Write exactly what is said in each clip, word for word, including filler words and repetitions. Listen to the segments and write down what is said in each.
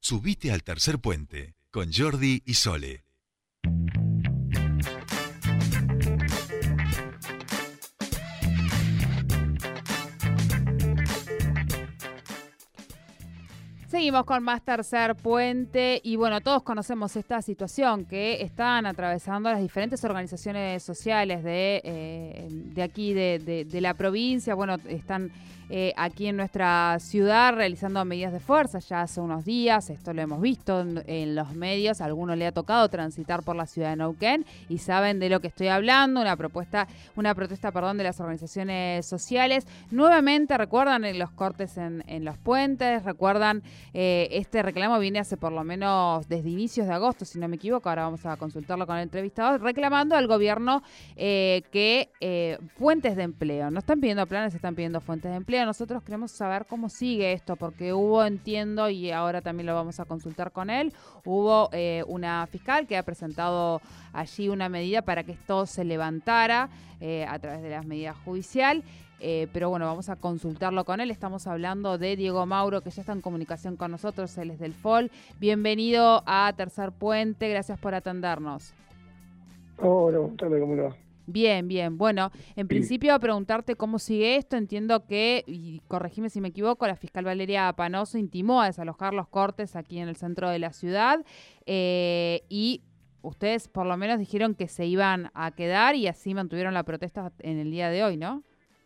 Subite al tercer puente con Jordi y Sole. Seguimos con más Tercer Puente y bueno, todos conocemos esta situación que están atravesando las diferentes organizaciones sociales de, eh, de aquí, de, de, de la provincia. Bueno, están eh, aquí en nuestra ciudad realizando medidas de fuerza ya hace unos días. Esto lo hemos visto en, en los medios. A algunos le ha tocado transitar por la ciudad de Neuquén y saben de lo que estoy hablando. Una propuesta, una protesta, perdón, de las organizaciones sociales. Nuevamente recuerdan en los cortes en, en los puentes, recuerdan Eh, este reclamo viene hace por lo menos desde inicios de agosto, si no me equivoco. Ahora vamos a consultarlo con el entrevistado, reclamando al gobierno eh, que eh, fuentes de empleo. No están pidiendo planes, están pidiendo fuentes de empleo. Nosotros queremos saber cómo sigue esto, porque hubo, entiendo, y ahora también lo vamos a consultar con él, hubo eh, una fiscal que ha presentado allí una medida para que esto se levantara eh, a través de las medidas judiciales. Eh, pero bueno, vamos a consultarlo con él. Estamos hablando de Diego Mauro, que ya está en comunicación con nosotros, él es del F O L. Bienvenido a Tercer Puente, gracias por atendernos. Hola, buenas tardes, ¿cómo le va? Bien, bien. Bueno, en principio preguntarte cómo sigue esto. Entiendo que, y corregime si me equivoco, la fiscal Valeria Panoso intimó a desalojar los cortes aquí en el centro de la ciudad eh, y ustedes por lo menos dijeron que se iban a quedar y así mantuvieron la protesta en el día de hoy, ¿no?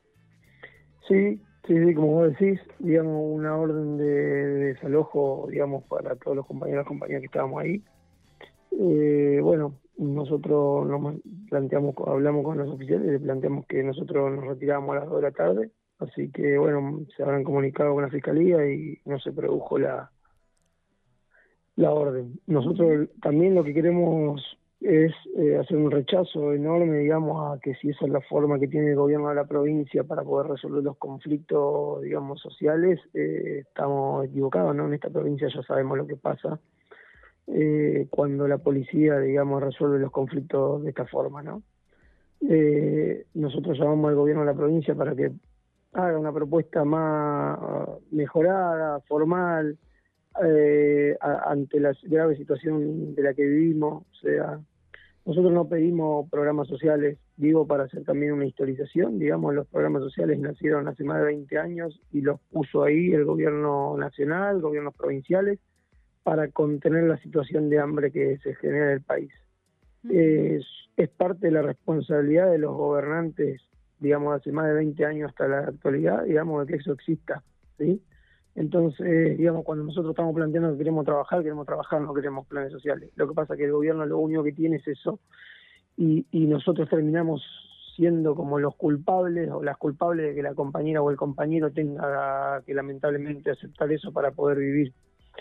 Sí, sí, sí, como vos decís, digamos, una orden de, de desalojo, digamos, para todos los compañeros y compañeras que estábamos ahí. Eh, bueno, nosotros nos planteamos, hablamos con los oficiales, le planteamos que nosotros nos retirábamos a las dos de la tarde, así que, bueno, se habrán comunicado con la Fiscalía y no se produjo la, la orden. Nosotros también lo que queremos es eh, hacer un rechazo enorme, digamos, a que si esa es la forma que tiene el gobierno de la provincia para poder resolver los conflictos, digamos, sociales, eh, estamos equivocados, ¿no? En esta provincia ya sabemos lo que pasa eh, cuando la policía, digamos, resuelve los conflictos de esta forma, ¿no? Eh, nosotros llamamos al gobierno de la provincia para que haga una propuesta más mejorada, formal, Eh, a, ante la grave situación de la que vivimos. O sea, nosotros no pedimos programas sociales, digo, para hacer también una historización. Digamos, los programas sociales nacieron hace más de veinte años y los puso ahí el gobierno nacional, gobiernos provinciales, para contener la situación de hambre que se genera en el país. Es, es parte de la responsabilidad de los gobernantes, digamos, hace más de veinte años hasta la actualidad, digamos, de que eso exista, ¿sí? Entonces, digamos, cuando nosotros estamos planteando que queremos trabajar, queremos trabajar, no queremos planes sociales. Lo que pasa es que el gobierno lo único que tiene es eso, y, y nosotros terminamos siendo como los culpables o las culpables de que la compañera o el compañero tenga que lamentablemente aceptar eso para poder vivir.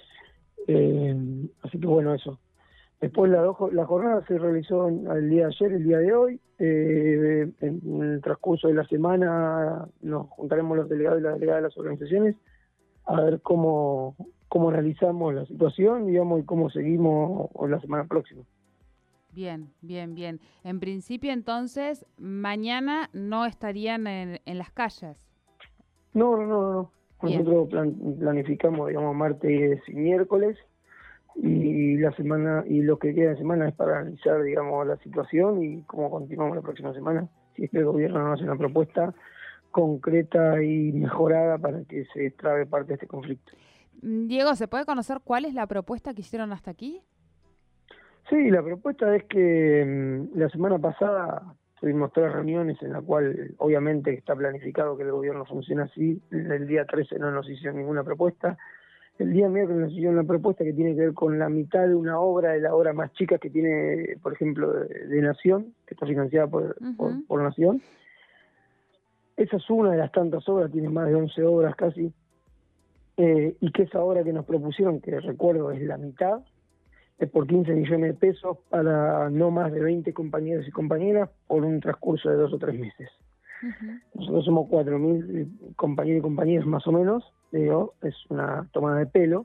Eh, así que bueno, eso. Después la, la jornada se realizó el día de ayer, el día de hoy. Eh, en el transcurso de la semana nos juntaremos los delegados y las delegadas de las organizaciones a ver cómo, cómo analizamos la situación, digamos, y cómo seguimos la semana próxima. Bien, bien, bien. En principio, entonces, mañana no estarían en, en las calles. No, no, no, no. Bien. Nosotros plan, planificamos, digamos, martes y miércoles, y la semana, y lo que queda de semana es para analizar, digamos, la situación y cómo continuamos la próxima semana, si es que el gobierno no hace una propuesta concreta y mejorada para que se trabe parte de este conflicto. Diego, ¿se puede conocer cuál es la propuesta que hicieron hasta aquí? Sí, la propuesta es que mmm, la semana pasada tuvimos tres reuniones en la cual obviamente está planificado que el gobierno funcione así. El día trece no nos hicieron ninguna propuesta. El día miércoles nos hicieron una propuesta que tiene que ver con la mitad de una obra, de la obra más chica que tiene, por ejemplo, de, de Nación, que está financiada por, uh-huh. por, por Nación. Esa es una de las tantas obras, tiene más de once obras casi, eh, y que esa obra que nos propusieron, que recuerdo es la mitad, es por quince millones de pesos para no más de veinte compañeros y compañeras por un transcurso de dos o tres meses. Uh-huh. Nosotros somos cuatro mil compañeros y compañeras más o menos, digo, es una tomada de pelo,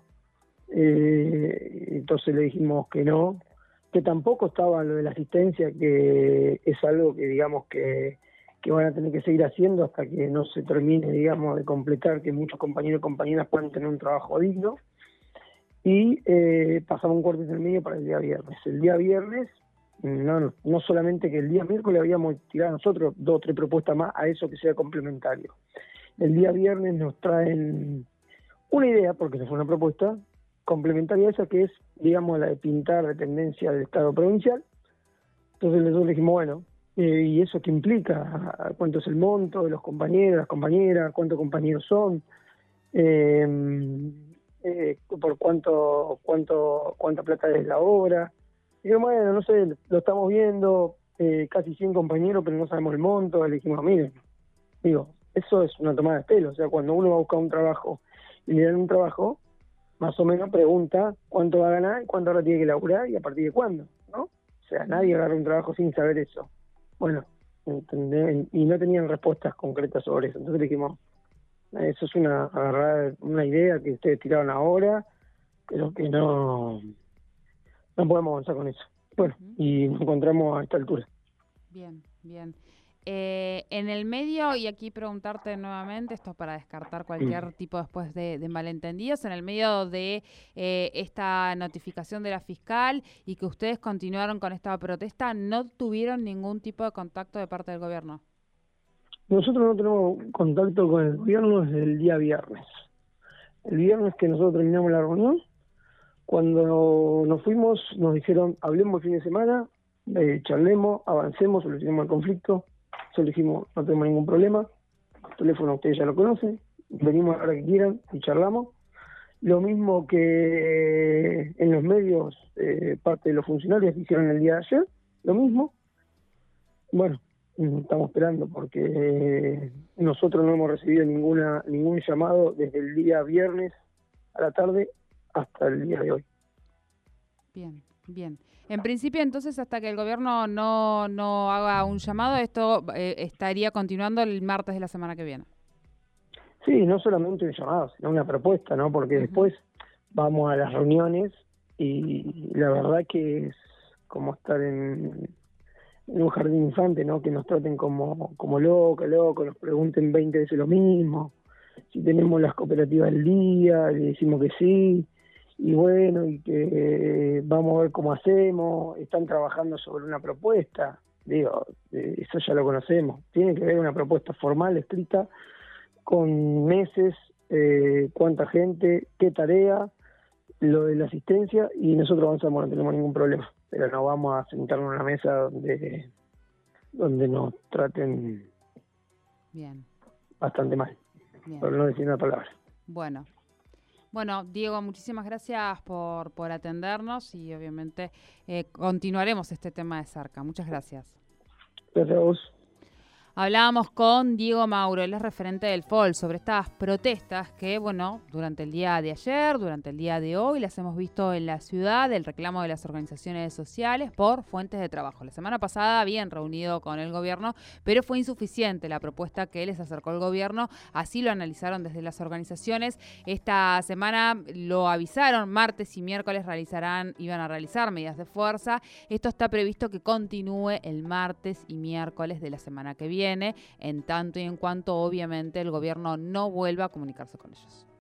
eh, entonces le dijimos que no, que tampoco estaba lo de la asistencia, que es algo que digamos que que van a tener que seguir haciendo hasta que no se termine, digamos, de completar, que muchos compañeros y compañeras puedan tener un trabajo digno. y eh, pasaba un corte intermedio para el día viernes. El día viernes, no, no solamente que el día miércoles habíamos tirado nosotros dos o tres propuestas más a eso que sea complementario. El día viernes nos traen una idea, porque esa fue una propuesta, complementaria a esa, que es, digamos, la de pintar dependencia del Estado provincial. Entonces nosotros dijimos, bueno, eh, ¿y eso qué implica? ¿Cuánto es el monto de los compañeros, las compañeras? ¿Cuántos compañeros son? Eh, eh, ¿Por cuánto, cuánto, cuánta plata es la obra? Y yo, bueno, no sé, lo estamos viendo, eh, casi cien compañeros, pero no sabemos el monto. Le dijimos, miren, digo, eso es una tomada de pelo. O sea, cuando uno va a buscar un trabajo y le dan un trabajo, más o menos pregunta cuánto va a ganar, cuánto ahora tiene que laburar y a partir de cuándo, ¿no? O sea, nadie agarra un trabajo sin saber eso. Bueno, entendé, y no tenían respuestas concretas sobre eso. Entonces le dijimos, eso es una agarrar una idea que ustedes tiraron ahora, pero que no, no podemos avanzar con eso. Bueno, uh-huh. Y nos encontramos a esta altura. Bien, bien. Eh, en el medio, y aquí preguntarte nuevamente, esto para descartar cualquier mm. tipo después de, de malentendidos, en el medio de eh, esta notificación de la fiscal y que ustedes continuaron con esta protesta, ¿no tuvieron ningún tipo de contacto de parte del gobierno? Nosotros no tenemos contacto con el gobierno desde el día viernes. El viernes que nosotros terminamos la reunión, cuando nos fuimos, nos dijeron, hablemos el fin de semana, eh, charlemos, avancemos, solucionemos el conflicto. Nosotros dijimos, no tenemos ningún problema, el teléfono ustedes ya lo conocen, venimos a la hora que quieran y charlamos. Lo mismo que en los medios, eh, parte de los funcionarios que hicieron el día de ayer, lo mismo. Bueno, estamos esperando porque nosotros no hemos recibido ninguna ningún llamado desde el día viernes a la tarde hasta el día de hoy. Bien, bien. En principio, entonces, hasta que el gobierno no, no haga un llamado, esto eh, estaría continuando el martes de la semana que viene. Sí, no solamente un llamado, sino una propuesta, ¿no? Porque uh-huh. después vamos a las reuniones y la verdad que es como estar en, en un jardín infante, ¿no? Que nos traten como, como loco, loco, nos pregunten veinte veces lo mismo. Si tenemos las cooperativas al día, le decimos que sí. Y bueno, y que eh, vamos a ver cómo hacemos, están trabajando sobre una propuesta, digo, eh, eso ya lo conocemos, tiene que haber una propuesta formal, escrita, con meses, eh, cuánta gente, qué tarea, lo de la asistencia, y nosotros avanzamos, no tenemos ningún problema, pero no vamos a sentarnos en una mesa donde, donde nos traten bien, bastante mal, bien, por no decir una palabra. Bueno. Bueno, Diego, muchísimas gracias por, por atendernos y obviamente eh, continuaremos este tema de cerca. Muchas gracias. Gracias a vos. Hablábamos con Diego Mauro, él es referente del F O L, sobre estas protestas que, bueno, durante el día de ayer, durante el día de hoy, las hemos visto en la ciudad, el reclamo de las organizaciones sociales por fuentes de trabajo. La semana pasada habían reunido con el gobierno, pero fue insuficiente la propuesta que les acercó el gobierno, así lo analizaron desde las organizaciones. Esta semana lo avisaron, martes y miércoles realizarán, iban a realizar medidas de fuerza. Esto está previsto que continúe el martes y miércoles de la semana que viene. En tanto y en cuanto obviamente el gobierno no vuelva a comunicarse con ellos.